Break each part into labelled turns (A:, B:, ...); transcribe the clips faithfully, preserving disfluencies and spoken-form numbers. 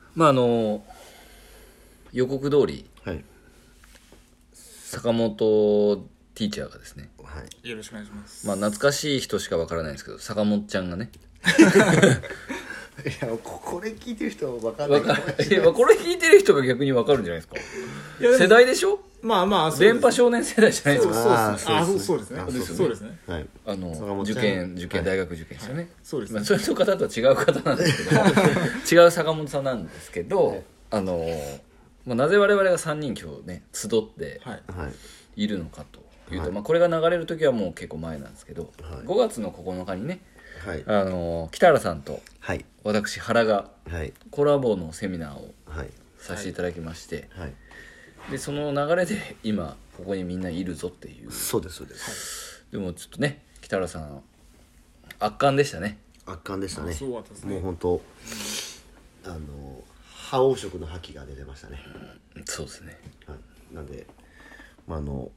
A: まああの予告通り、
B: はい、
A: 坂本ティーチャーがですね、
B: はい、
C: よろしくお願いします。
A: まあ懐かしい人しかわからないんですけど、坂本ちゃんがね
B: いやこれ聞いてる人は分かんないかもしれない。
A: いやこれ聞いてる人が逆にわかるんじゃないですか。
C: いや
A: 世代でしょ。
C: まあまあ
A: 電波少年世代じゃないですか。
C: そうですね。あ、そうですね。
A: はい。あの受験受験大学受験ですよね。
C: そうですね。
A: まあそれの方とは違う方なんですけど、違う坂本さんなんですけど、あのまあなぜ我々がさんにん今日ね集っているのかというと、まあこれが流れる時はもう結構前なんですけど、ごがつのここのかにね。はい、あの北原さんと私原がコラボのセミナーをさせていただきまして、はいはい、でその流れで今ここにみんないるぞっていう。
B: そうですそうです、
A: はい、でもちょっとね北原さん圧巻でしたね。
B: 圧巻でしたね。
C: そうですね。
B: もう本当、うん、あの覇王色の覇気が出てましたね、
A: うん、そうですね、
B: はい、なんで、まあ、あの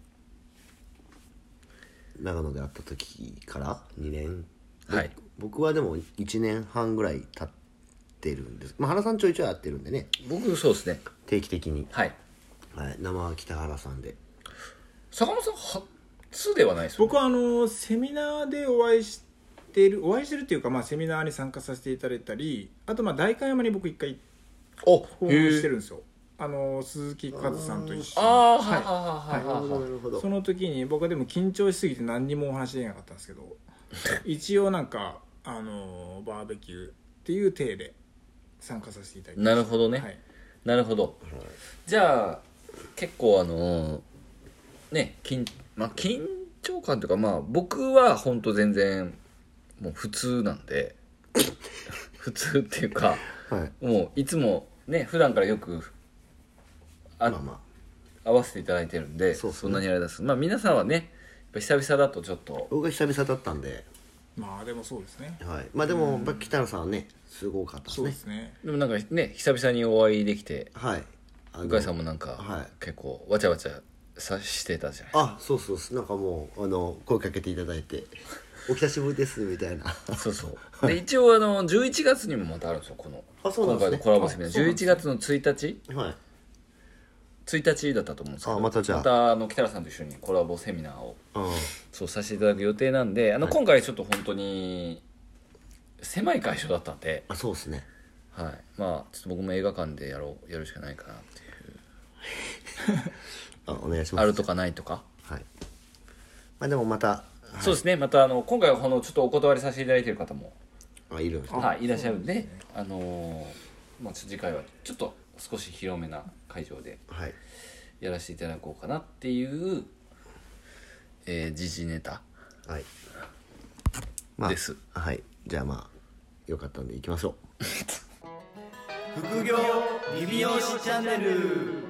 B: 長野で会った時からにねん、はい、僕はでもいちねんはんぐらい経ってるんです。まあ原さんちょいちょい会ってるんでね。
A: 僕そうですね。
B: 定期的に。
A: はい。
B: はい、生は北原さんで。
A: 坂本さん初ではないですよね。
C: 僕はあのセミナーでお会いしてるお会いしてるっていうか、まあセミナーに参加させていただいたり、あとまあ代官山に僕一回訪問してるんですよ。あの鈴木和さんと一緒に。
A: ああ、はい
C: はいはいはい。その時に僕はでも緊張しすぎて何にもお話できなかったんですけど。一応なんかあのバーベキューっていう体で参加させていただきました。
A: なるほどね、はい、なるほど、はい、じゃあ結構あのね緊、まあ、緊張感というか、まあ僕は本当全然もう普通なんで普通っていうか、はい、もういつもね普段からよくあ、まあまあ、合わせていただいてるんで、 そ, うそんなにあれです。まあ皆さんはね久々だとちょっと
B: 僕が久々だったんで、
C: まあでもそうですね、
B: はい、まあでも、うん、北野さんはねすごかったですね。そうです
C: ね。
A: でもなんかね久々にお会いできて、
B: はい、
A: 向井さんもなんか、はい、結構わちゃわちゃさしてたじゃないですか。
B: あ、そうそうそう、なんかもうあの声かけていただいてお久しぶりですみたいな
A: そうそうで一応あのじゅういちがつにもまたあるんですよ、この
B: あ、そうなんですね、
A: 今回のコラボセミナー。じゅういちがつのついたち、
B: はい、
A: ついたちだったと思うんですけど、
B: あ、またじゃあ
A: またあの北原さんと一緒にコラボセミナーをそうさせていただく予定なんで、あの、はい、今回ちょっと本当に狭い会場だったんで、
B: あ、そうですね、
A: はい、まあちょっと僕も映画館でやろうやるしかないかなっていう
B: あ、お願いします。
A: あるとかないとか、
B: はい、まあでもまた、はい、
A: そうですね、またあの今回はこのちょっとお断りさせていただいている方も
B: あいるんですね、
A: はい、いらっしゃるんで、ね、あのーまあ、次回はちょっと少し広めな会場でやらせていただこうかなっていう、えー、時事ネタ、
B: はい、
A: まあ、です。
B: はい、じゃあまあよかったんで行きましょう
D: 副業リビオシチャンネル。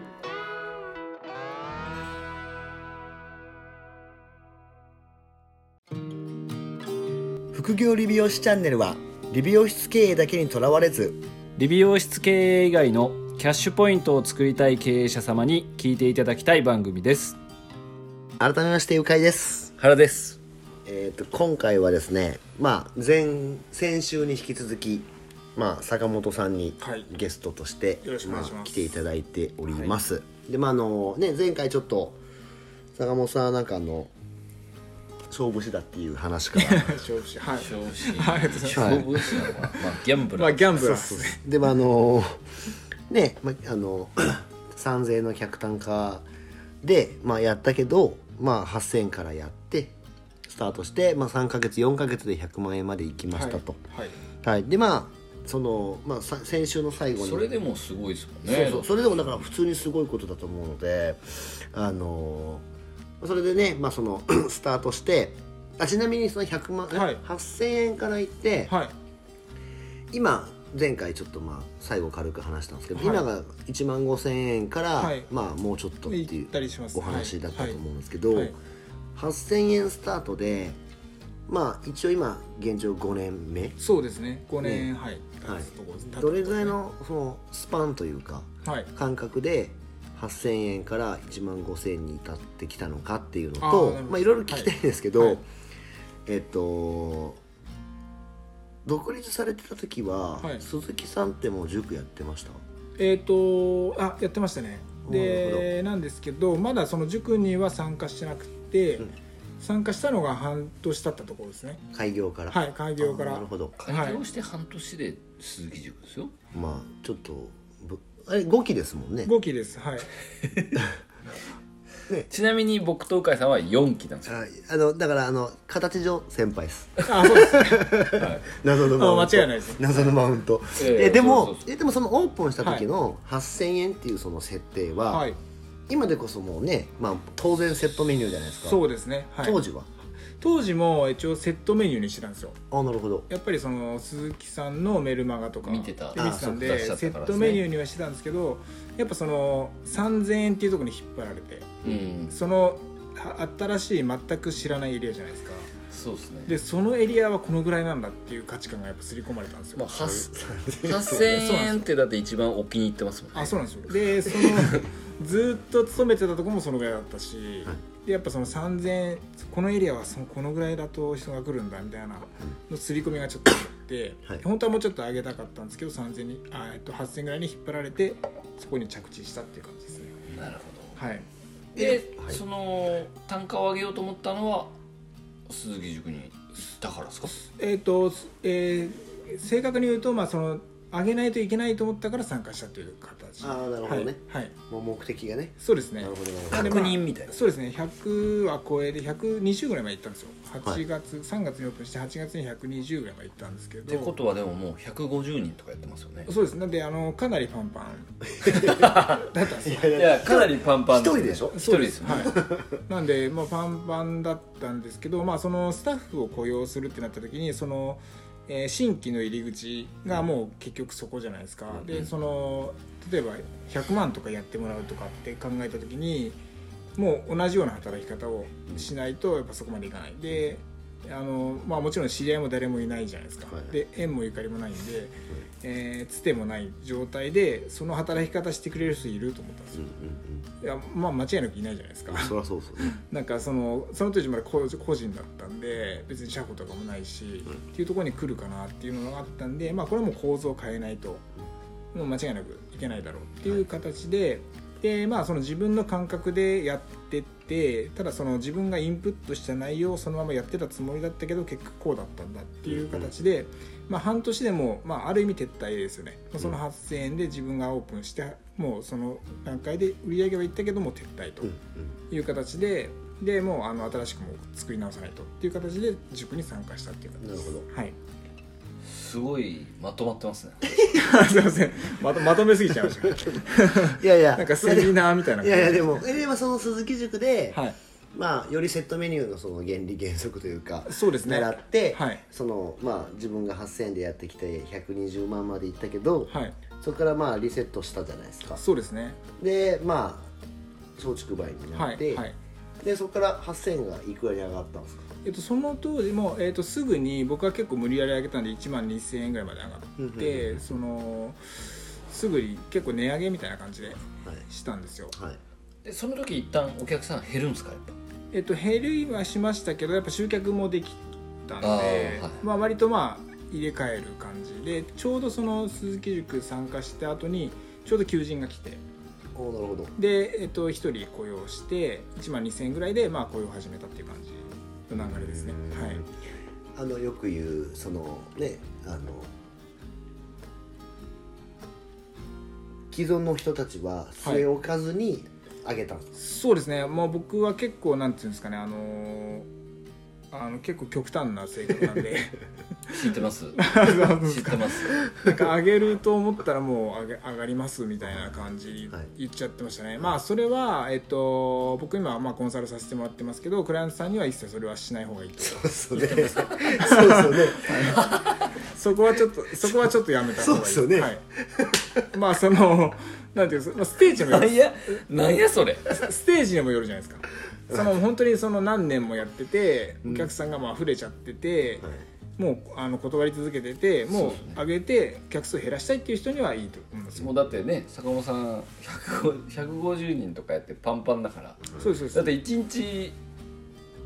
B: 副業理美容師チャンネルは理美容室経営だけにとらわれず、
E: 理美容室経営以外のキャッシュポイントを作りたい経営者様に聞いていただきたい番組です。
B: 改めましてうかいです。
A: 原です。
B: えーと今回はですね、まあ前先週に引き続き、まあ、坂本さんにゲストとして、
C: はい、
B: まあ、来ていただいております、はい、でまああのね前回ちょっと坂本さんはなんかあの勝負師だっていう話から
C: 勝負師、はい、
A: 勝負師、はい、勝負師なのは、まあ、ギャンブラー、
C: まあ、ギャンブラー
B: そうそうでもあのね、まあ、あのさんぜんえんの客単価で、まあ、やったけど、まあ、はっせんえんからやってスタートして、まあ、さんかげつよんかげつでひゃくまんえんまでいきましたと、はいはいはい、でまあそのまあ、先週の最後に
A: それでもすごいですもんね。
B: そうそう、それでもだから普通にすごいことだと思うので、あのそれでね、まあ、そのスタートして、あちなみにそのひゃくまん、はい、はっせんえんからいって、はい、今前回ちょっとまあ最後軽く話したんですけど、はい、今がいちまんごせんえんから、はい、まあもうちょっとっていうお話だったと思うんですけど、はいはいはい、はっせんえんスタートでまあ一応今現状ごねんめ、
C: そうですね、ごねん、ね、はい、はい、
B: どれぐらいのそのスパンというか、はい、感覚ではっせんえんからいちまんごせんえんに至ってきたのかっていうのと、まあいろいろ聞きたいんですけど、はいはい、えっと独立されてた時は、はい、鈴木さんってもう塾やってました？
C: えっ、ー、とあやってましたね。でなんですけどまだその塾には参加してなくて、うん、参加したのが半年経ったところですね。
B: 開業から。
C: はい、開業から。
A: なるほど。開業して半年で鈴木塾ですよ。
B: まあちょっとあれごきですもんね。
C: ごきです。はい。
A: ね、ちなみに僕と鵜飼さんはよんきなんですよ。
B: ああのだからあの形上先輩です。
C: あ、そうですね。
B: はい、謎のマウント。
C: 間違いないです。
B: 謎のマウント。えでもえでもそのオープンした時のはっせんえんっていうその設定は、はい、今でこそもうね、まあ当然セットメニューじゃないですか。
C: そうですね。
B: はい、当時は。
C: 当時も一応セットメニューにしてたんですよ。
B: あ、なるほど。
C: やっぱりその鈴木さんのメルマガとか
A: 見てた、
C: 見てたんで、セットメニューにはしてたんですけど、やっぱそのさんぜんえんっていうところに引っ張られて、うん、その新しい全く知らないエリアじゃないですか。
A: そうですね。
C: でそのエリアはこのぐらいなんだっていう価値観がやっぱ刷り込まれたんですよ。
A: まあ、はっせんえんってだって一番お気に入ってますもんね。
C: あ、そうなんですよ。でそのずっと勤めてたところもそのぐらいだったし、はい、でやっぱそのさんぜんえんこのエリアはそのこのぐらいだと人が来るんだみたいなの刷り込みがちょっとあって、はい、本当はもうちょっと上げたかったんですけどさんぜんにあ、えっと、はっせんえんぐらいに引っ張られてそこに着地したっていう感じですね。
A: なるほど。
C: はい。
A: で、はい、その単価を上げようと思ったのは鈴木塾にだからですか？
C: えっと、えー、正確に言うとまあその上げないといけないと思ったから参加したという形。
B: ああ、なるほどね。
C: はい。はい、
B: もう目的がね。
C: そうですね。
B: なるほど。
A: ひゃくにんみたいな。
C: そうですね。ひゃくは超えでひゃくにじゅうぐらいまで行ったんですよ。はちがつ、はい、さんがつにオープンしてはちがつにひゃくにじゅうぐらいまで行ったんですけど。
A: ってことはでももうひゃくごじゅうにんとかやってますよね。
C: そうですね。であのかなりパンパンだったんですよ。
A: いやかなりパンパン。
B: 一人でしょ？
C: 一人です。はい。なんでまあパンパンだったんですけど、まあそのスタッフを雇用するってなった時にその。えー、新規の入り口がもう結局そこじゃないですか、うん、でその例えばひゃくまんとかやってもらうとかって考えた時にもう同じような働き方をしないとやっぱそこまでいかないであの、まあ、もちろん知り合いも誰もいないじゃないですか、はい、で縁もゆかりもないんで、はいえー、つてもない状態でその働き方してくれる人いると思ったんですよ、うんうんうん、いやまあ間違いなくいないじゃないですか。
B: そりゃそうですね。
C: なんかそのその当時まだ個人だったんで別に社保とかもないし、うん、っていうところに来るかなっていうのがあったんで、まあ、これも構造を変えないともう間違いなくいけないだろうっていう形で、はいでまあ、その自分の感覚でやってってただその自分がインプットした内容をそのままやってたつもりだったけど結果こうだったんだっていう形で、まあ、半年でも、まあ、ある意味撤退ですよね。そのはっせんえんで自分がオープンしてもうその段階で売り上げはいったけども撤退という形で、でもうあの新しくも作り直さないとっていう形で塾に参加したっていう形です。
B: なるほど、
C: はい、
A: すごいまとまってますね。
C: すいません まと、まとめすぎちゃいましたい
B: やいや
C: なんかセミナーみたいな。
B: いやいやでもでもその鈴木塾で、
C: はい
B: まあ、よりセットメニューのその原理原則というか
C: そうですね
B: 習って、
C: はい
B: そのまあ、自分がはっせんえんでやってきてひゃくにじゅうまんまでいったけど、
C: はい、
B: そこからまあリセットしたじゃないですか。
C: そうですね。
B: でまあ松竹梅になって、はいはい、でそこからはっせんえんがいくらに上がったんですか？
C: えっと、その当時も、えっと、すぐに僕は結構無理やり上げたんでいちまんにせんえんぐらいまで上がって、うん、そのすぐに結構値上げみたいな感じでしたんですよ、
B: はいはい、
A: でその時一旦お客さん減るんですか？やっぱ、
C: えっと、減りはしましたけどやっぱ集客もできたんで、
A: はい
C: まあ、割とまあ入れ替える感じでちょうどその鈴木塾参加した後にちょうど求人が来て
B: おなるほど
C: で、えっと、ひとり雇用していちまんにせんえんぐらいでまあ雇用を始めたっていう感じの流れですね。はい、
B: あのよく言うそのねあの既存の人たちは据え置かずに上げたんですか？はい、そうですね。もう僕は結構なんていうんですかねあのあの結構極端な性格なんで
A: 知ってます知ってます。
C: なんか上げると思ったらもう上げ上がりますみたいな感じ言っちゃってましたね。はい、まあそれはえっと僕今まあコンサルさせてもらってますけどクライアントさんには一切それはしない方がいいと。
B: そうですね。そうですよね。
C: そこはちょっとそこはちょっとやめた方がいい。
B: そうですよね。
C: はい、まあそのなんていうかステージにもよる。
A: なんやなんやそれ。
C: ステージにもよるじゃないですか。その本当にその何年もやっててお客さんがまあ溢れちゃってて、うん、もうあの断り続けててもう上げて客数減らしたいっていう人にはいいと思います。
A: もうだってね坂本さんひゃくごじゅうにんとかやってパンパンだから、
C: そうですそうです。
A: だっていちにち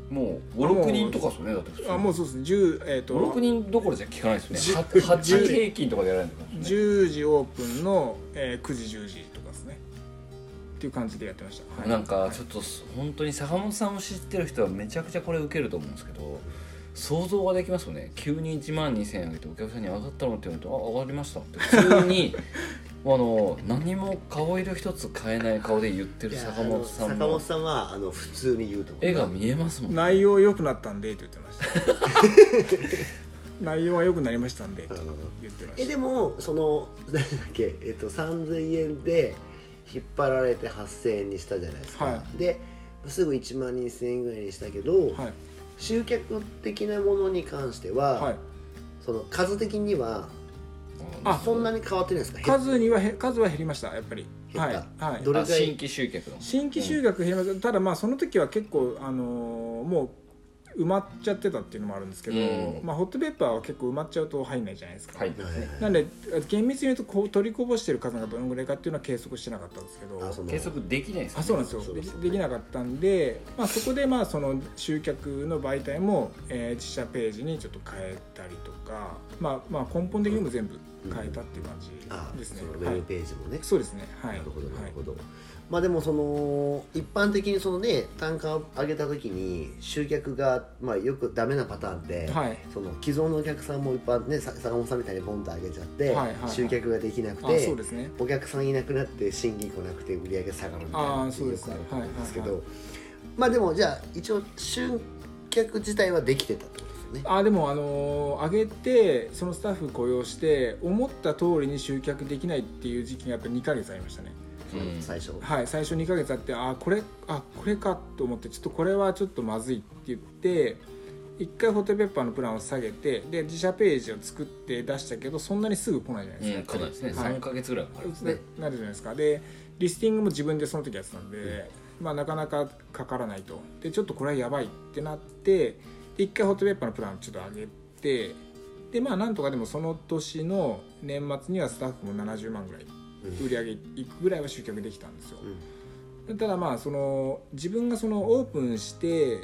A: もうご、ろくにんとかですよね。だって普通
C: あもうそうですねじゅう、えー、と
A: ご、ろくにんどころじゃ効かないですよね。はち平均とかでやらないと、ね、
C: じゅうじオープンの、えー、くじじゅうじとかですねっていう感じでやってました、はい、
A: なんかちょっと本当に坂本さんを知ってる人はめちゃくちゃこれ受けると思うんですけど、想像ができますよね。急にいちまんにせんえんあげてお客さんに上がったのって言うと、あ上がりましたって普通にあの何も顔色一つ変えない顔で言ってる坂本さん
B: 坂本さんはあの普通に言うと思う。
A: 絵が見えますもんね。
C: 内容良くなったんでって言ってました内容は良くなりましたんでって言ってました。
B: えでもその何だっけ、えっと、さんぜんえんで引っ張られてはっせんえんにしたじゃないですか、はい、ですぐいちまんにせんえんぐらいにしたけど、はい、集客的なものに関しては、はい、その数的にはあそんなに変わってないですか。
C: 数には数は減りましたやっぱり。
B: 減った、
C: はいはい、
A: どれぐらい新規集客の
C: 新規集客減りました、うん、ただまあその時は結構、あのー、もう埋まっちゃってたっていうのもあるんですけど、うんまあ、ホットペッパーは結構埋まっちゃうと入んないじゃないですか、はい、なんで厳密に言うとこう取りこぼしてる数がどのぐらいかっていうのは計測してなかったんですけど、
A: 計測できないですか、ね、
C: あそうなんですよ で, できなかったんで、まあ、そこでまあその集客の媒体も、えー、自社ページにちょっと変えたりとか、まあ、まあ根本的にも全部変えたっていう感じですね、
B: うんうん、あそのウェブページもね、
C: はい、そうですね、はい、
B: なるほどなるほど、はい、まあでもその一般的にそのね単価を上げた時に集客がまあよくダメなパターンで、はい、その既存のお客さんも一般ね坂本さんみたいにボンと上げちゃって、はいはいはい、集客ができなくて、そうですね、お客さんいなくなって新規来なくて売り上げ下がるみたいなってよくあると思うんですけど、まあでもじゃあ一応集客自体はできてたってことですよね。
C: あでもあのー、上げてそのスタッフ雇用して思った通りに集客できないっていう時期がやっぱりにかげつありましたね。
B: うん、最初
C: はい最初にかげつあってあこれあこれかと思ってちょっとこれはちょっとまずいって言って一回ホットペッパーのプランを下げてで自社ページを作って出したけどそんなにすぐ来ないじゃないですか、
A: うん、来ないですね、はい、さんかげつぐらいかかるんですね。
C: なるじゃないですか。でリスティングも自分でその時やってたんで、うんまあ、なかなかかからないとでちょっとこれはやばいってなってで一回ホットペッパーのプランをちょっと上げてでまあなんとかでもその年の年末にはスタッフもななじゅうまんぐらい売り上げいくぐらいは集客できたんですよ、うん、ただまあその自分がそのオープンして、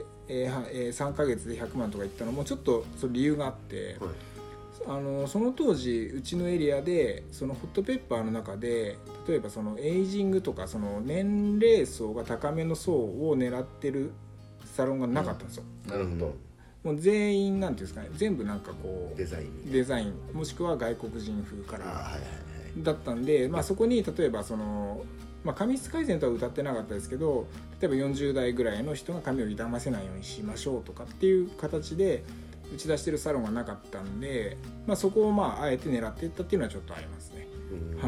C: えーえー、さんかげつでひゃくまんとかいったのもちょっとその理由があって、はい、あのその当時うちのエリアでそのホットペッパーの中で例えばそのエイジングとかその年齢層が高めの層を狙ってるサロンがなかったんですよ、
A: うん、なるほど。
C: もう全員なんていうんですかね全部なんかこう
B: デザイン
C: デザインもしくは外国人風から、
B: はいはい
C: だったんで、まあ、そこに例えばその、まあ、髪質改善とは歌ってなかったですけど例えばよんじゅうだいぐらいの人が髪を傷ませないようにしましょうとかっていう形で打ち出してるサロンがなかったんで、まあ、そこをまああえて狙っていったっていうのはちょっとありますね、はい、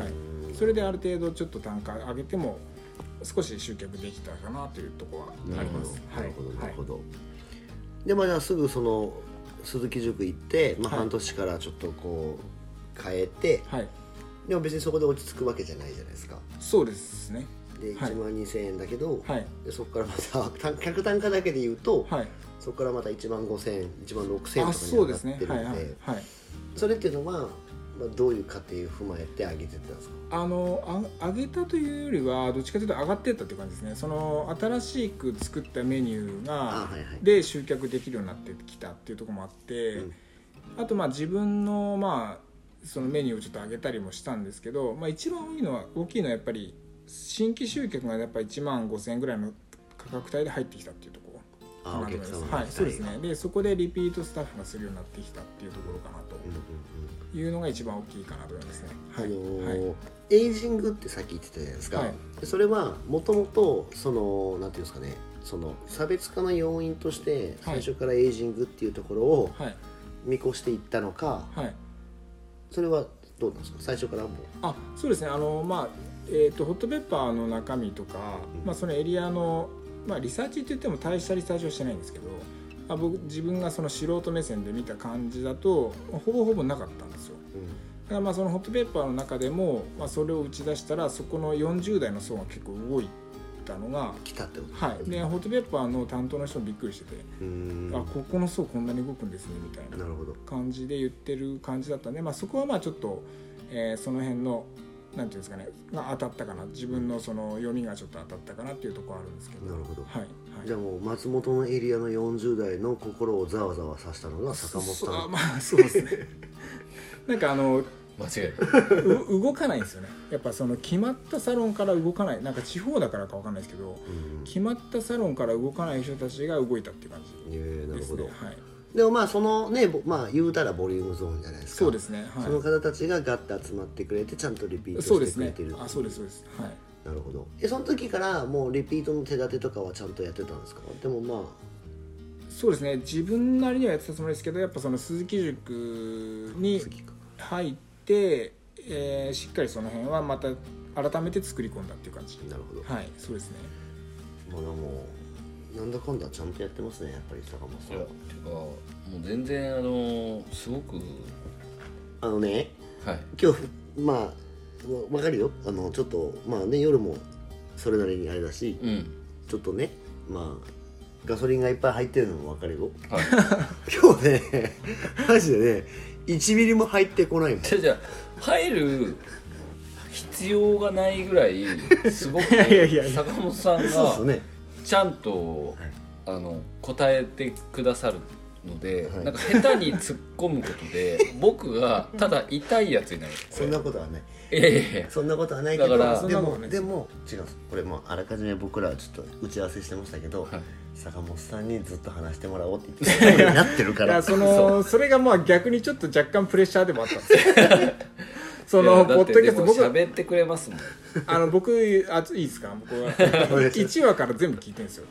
C: それである程度ちょっと単価上げても少し集客できたかなというところはあります。
B: なるほどなるほど。でまあじゃあすぐその鈴木塾行って、まあ、半年からちょっとこう変えて、はい、でも別にそこで落ち着くわけじゃないじゃないですか。
C: そうですね。
B: でいちまんにせんえんだけど、はい、でそこからまた客単価だけで言うと、はい、そこからまたいちまんごせんえんいちまんろくせんえんとかに上がってるので、はいはいはい、それっていうのは、まあ、どういう過程を踏まえて上げてたんですか。
C: あのあ上げたというよりはどっちかというと上がっていったっていう感じですね。その新しく作ったメニューが、はいはい、で集客できるようになってきたっていうところもあって、うん、あとまあ自分のまあそのメニューをちょっと上げたりもしたんですけど、まあ、一番多いのは大きいのはやっぱり新規集客がやっぱりいちまんごせんえんぐらいの価格帯で入ってきたっていうところかなと思います。はい、そうですね。でそこでリピートスタッフがするようになってきたっていうところかなというのが一番大きいかなと思いますね。はい、あのーはい、
B: エイジングってさっき言ってたじゃないですか、はい、それはもともとそのなんていうんですかね、その差別化の要因として最初からエイジングっていうところを見越していったのか、はいはい、それはどうなんですか。最初からもう
C: あそうですね。あのまあえーと、ホットペッパーの中身とか、うんまあ、そのエリアの、まあ、リサーチって言っても大したリサーチはしてないんですけど、まあ、僕自分がその素人目線で見た感じだとほぼほぼなかったんですよ、うん、だからまあそのホットペッパーの中でも、まあ、それを打ち出したらそこのよんじゅうだいの層が結構動いたのが
B: 来たってこと、
C: はい、でホットペッパーの担当の人もびっくりしててあここの層こんなに動くんですねみたいな感じで言ってる感じだったんで、まあ、そこはまあちょっと、えー、その辺のなんていうんですかねが当たったかな、自分のその読みがちょっと当たったかなっていうところあるんですけど。
B: なるほど。
C: はい
B: じゃあもう松本のエリアのよんじゅう代の心をざわざわさせたのが坂本さん。
C: あ、まあそうですねなんかあの
A: 間違い
C: 動かないんですよね。やっぱその決まったサロンから動かない、なんか地方だからかわかんないですけど、うん、決まったサロンから動かない人たちが動いたっていう感じですね。
B: えー、なるほど、
C: はい、
B: でもまあそのね、まあ言うたらボリュームゾーンじゃないですか。
C: そうですね、はい、
B: その方たちがガッと集まってくれてちゃんとリピートしてくれてる。
C: そうですね、あ、そうですそうです、はい。
B: なるほど。え、その時からもうリピートの手立てとかはちゃんとやってたんですか？でもまあ
C: そうですね、自分なりにはやってたつもりですけど、やっぱその鈴木塾に入って、えー、しっかりその辺はまた改めて作り込んだっていう感じ。
B: なるほど、
C: はい、そうですね。
B: まあもうなんだかんだちゃんとやってますね、やっぱり坂本さん。いや、
A: てかもう全然あのすごく
B: あのね、
A: はい、
B: 今日まあ分かるよ、あのちょっとまあね夜もそれなりにあれだし、うん、ちょっとねまあガソリンがいっぱい入ってるのも分かるよ、はい、今日ねマジでねいちミリも入ってこないもん。
A: じゃじゃ入る必要がないぐらいすごく坂本さんがちゃんとあの答えてくださるので、はい、なんか下手に突っ込むことで僕がただ痛いやつになる。
B: そんなことはない。
A: ええ、
B: そんなことはないけど、
A: だから
B: でもでも違う、これもうあらかじめ僕らはちょっと打ち合わせしてましたけど、はい、坂本さんにずっと話してもらおうって言ってそうになってるから。
C: いや、そのそれがまあ逆にちょっと若干プレッシャーでもあったんですよそのポッドキャスト僕
A: 喋ってくれますもん。
C: あの僕あいいですか、僕はいちわから全部聞いてるんですよ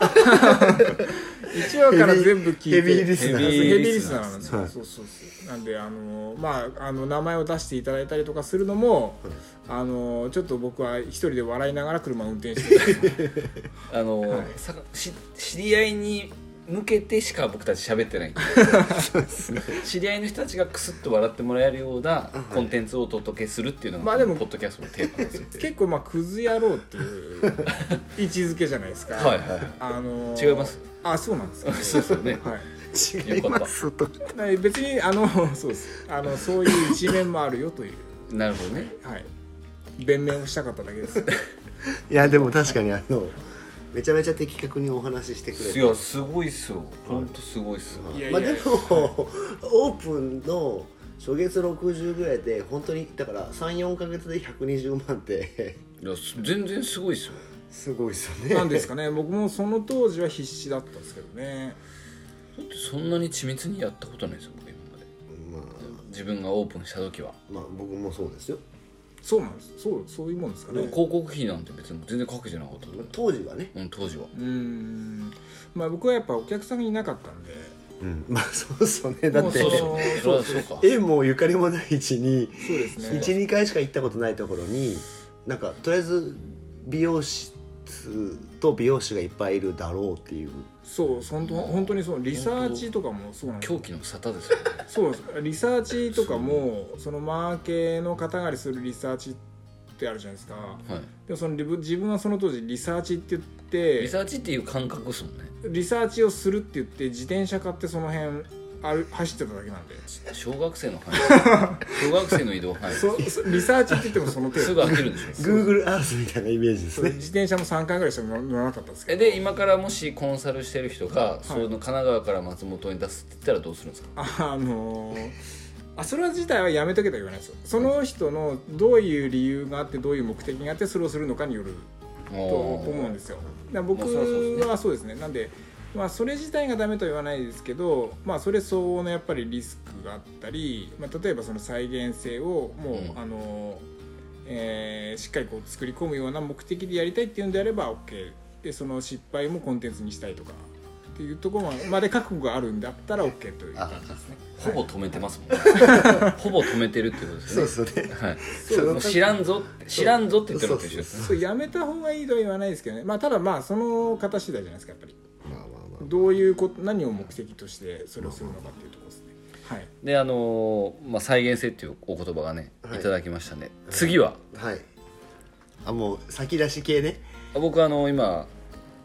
C: いちわから全部聞いて
B: ヘビーリスナー
C: ヘビーリスナーなんですよ、はい、そうそうそう。なんであのまああの名前を出していただいたりとかするのも、あのちょっと僕は一人で笑いながら車を運転してる
A: あの、はい、さし知り合いに向けてしか僕たち喋ってない知り合いの人たちがクスッと笑ってもらえるようなコンテンツをお届けするっていうのが、まあ、でもポッドキャストのテーマなんですよ。
C: 結構まあクズ野郎っていう位置づけじゃないですか。
A: はいはい、
C: あの
A: ー、違います。
C: あ、そうなんですか、ね、
A: そうですよね、
C: はい
B: 違いますと
C: 別にあのそうです、あのそういう一面もあるよという。
A: なるほどね、
C: はい、弁明をしたかっただけです
B: いやでも確かにあのめちゃめちゃ的確にお話ししてくれて、
A: いやすごいっすよ、ほんとすごいっすよ。
B: いやいや、まあ、でもオープンの初月ろくじゅうぐらいで本当にだからさん、よんかげつでひゃくにじゅうまんって
A: いや全然すごいっすよ。
B: すごいっすよね。
C: なんですかね、僕もその当時は必死だったんですけどね。
A: だってそんなに緻密にやったことないですよ僕今まで、まあ、自分がオープンした時は。
B: まあ僕もそうですよ。
C: そうなんです、そうそういうもんですかね。
A: 広告費なんて別に全然かけてなかった、
B: 当時はね。
A: うん、当時は。
C: うーん、まあ僕はやっぱお客さんがいなかったんで、
B: うん、まあそうっすよね。だって
A: そうそうそうか、
B: 縁もゆかりもない位置に、
C: そうですね、
B: いち、にかいしか行ったことないところになんかとりあえず美容室と美容師がいっぱいいるだろうっていう。
C: そう、本当本当にそう、リサーチとかもそうなんですよ。
A: 狂気の沙汰ですよね。
C: そうです、リサーチとかもそのマーケの肩代わりするリサーチってあるじゃないですか、はい、でもその自分はその当時リサーチって言って
A: リサーチっていう感覚ですもんね。
C: リサーチをするって言って自転車買ってその辺ある走ってただけなんで、
A: 小学生の範囲小学生の移動範囲
C: そリサーチって言ってもその程度
A: すぐ飽きるんでしょ
B: Google Earth みたいなイメージですね。
C: 自転車もさんかいぐらいしか乗らなかったんですけど。
A: で今からもしコンサルしてる人が、はい、その神奈川から松本に出すって言ったらどうするんですか。
C: あ、あのーあそれ自体はやめとけとは言わないですよ。その人のどういう理由があってどういう目的があってそれをするのかによると思うんですよ。だから僕はそうですね。なんで、まあ、それ自体がダメとは言わないですけど、まあ、それ相応のやっぱりリスクがあったり、まあ、例えばその再現性をもう、うん、あのえー、しっかりこう作り込むような目的でやりたいっていうんであれば OK で、その失敗もコンテンツにしたいとかっていうところまで覚悟があるんだったら OK という感じですね。
A: ほぼ止めてますもんねほぼ止めてるってことですね。
B: そうですね、
A: はい、そうもう知らんぞって知らんぞって言ってるわけですね。
C: そうやめた方がいいとは言わないですけどね、まあ、ただまあその方次第じゃないですかやっぱり、まあまあまあ、どういうこと何を目的としてそれをするのかっていうところですね。はい、
A: であのーまあ、再現性っていうお言葉がね、はい、いただきましたね。次は、
B: はい、あもう先出し系ね。
A: 僕あの今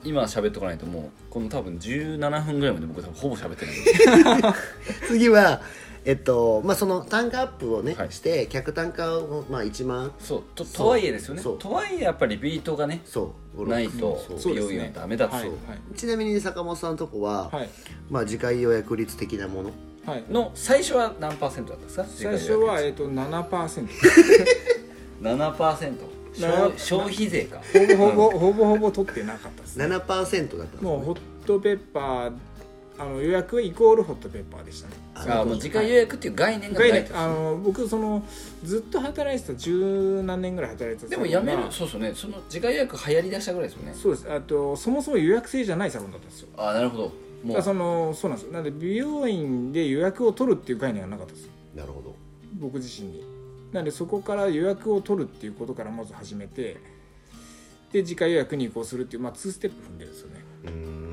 A: 今喋っとかないともうこの多分じゅうななふんぐらいまで僕多分ほぼ喋ってない
B: 次はえっとまあその単価アップをね、
A: はい、
B: して客単価をまあいちまん
A: そう と, とはいえですよねとはいえやっぱりリピートがねそうないと美容院はダメだと、はいはい、
B: ちなみに坂本さんのとこは、はい、まあ次回予約率的なもの
A: はい、の最初は何パーセントだったんですか？
C: 最初は、えー、と ななパーセント
A: ななパーセント 消, 消費税か
C: ほぼほぼほぼほぼ取ってなかったです、
B: ね、ななパーセント だったんです、ね、
C: もうホットペッパーあの予約はイコールホットペッパーでしたね。
A: ああもう次回予約っていう概念がないと、
C: あの僕そのずっと働いてた十何年ぐらい働いてた
A: でもやめるそうそうねその次回予約流行りだしたぐらいですよね。
C: そうです。あとそもそも予約制じゃないサロンだったんですよ。
A: ああなるほど
C: もうそのそうなんですよ。なので美容院で予約を取るっていう概念がなかったです。
B: なるほど。
C: 僕自身に。なのでそこから予約を取るっていうことからまず始めて、で次回予約に移行するっていうまあにステップ踏んでるんですよね。
A: うん、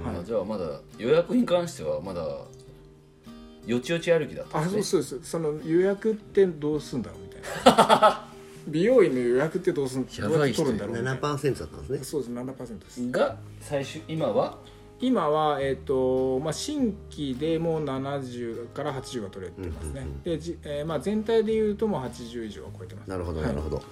A: はい、じゃあまだ予約に関してはまだよちよち歩きだったんですね。
C: あそうそうです。その予約ってどうするんだろうみたいな。美容院の予約ってどうするんどうやって取るんだろうみたいな。
B: ななパーセント だったんですね。
C: そうですななパーセント です。
A: が最終今は
C: 今は、えーとまあ、新規でもななじゅうからはちじゅうが取れてますね、うんうんうん、でじ、えーまあ、全体でいうともうはちじゅう以上は超えてます。
B: なるほどなるほど、はい 、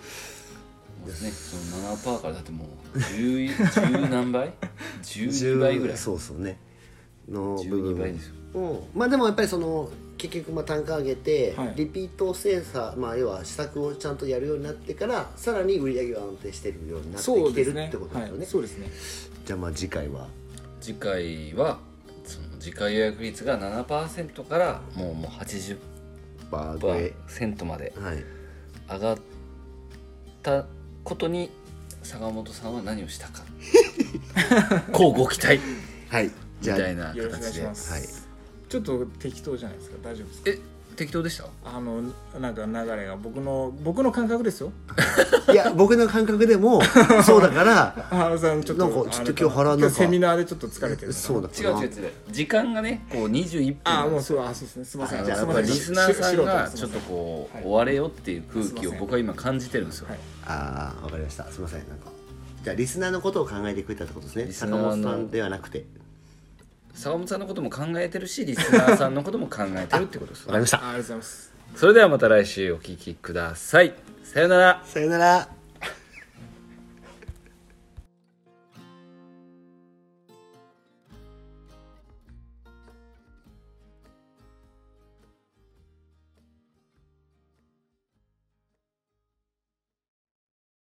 A: ですね、その ななパーセント からだってもう 10, 10何倍じゅうにばいぐらい
B: そうそうねの
A: じゅうにばいですよ、
B: うん、まあでもやっぱりその結局まあ単価上げて、はい、リピート精査、まあ、要は施策をちゃんとやるようになってからさらに売り上げが安定してるようになってきてるってことですよね。
C: そうですね。
B: じゃあまあ次回は
A: 次回はその次回予約率が ななパーセント からもうもうはちじゅっパーセント まで上がったことに坂本さんは何をしたかこうご期待
B: はい
A: みたいな形で、
C: はい、ちょっと適当じゃないですか。大丈夫ですか？
A: え適当でした？
C: あのなんか流れが僕の僕の感覚ですよ。
B: いや僕の感覚でもそうだから
C: あさんちょっと
B: なんかちょっと今日腹なんか
C: セミナーでちょっと疲れてる。
B: そうだ
A: 違う違う違う時間がねこうにじゅういっぷん
C: あもうそうあそうですねすみません。
A: じゃあやっぱりリスナーさんがちょっとこう終われよっていう空気を僕は今感じてるんですよ。
B: はい、ああわかりました。すみませんなんかじゃあリスナーのことを考えてくれたってことですね。坂本さんではなくて。
A: 坂本さんのことも考えてるしリスナーさんのことも考えてるってことです。
B: わかりました。
C: ありがとうございます。
A: それではまた来週お聞きください。さよなら。
B: さよなら。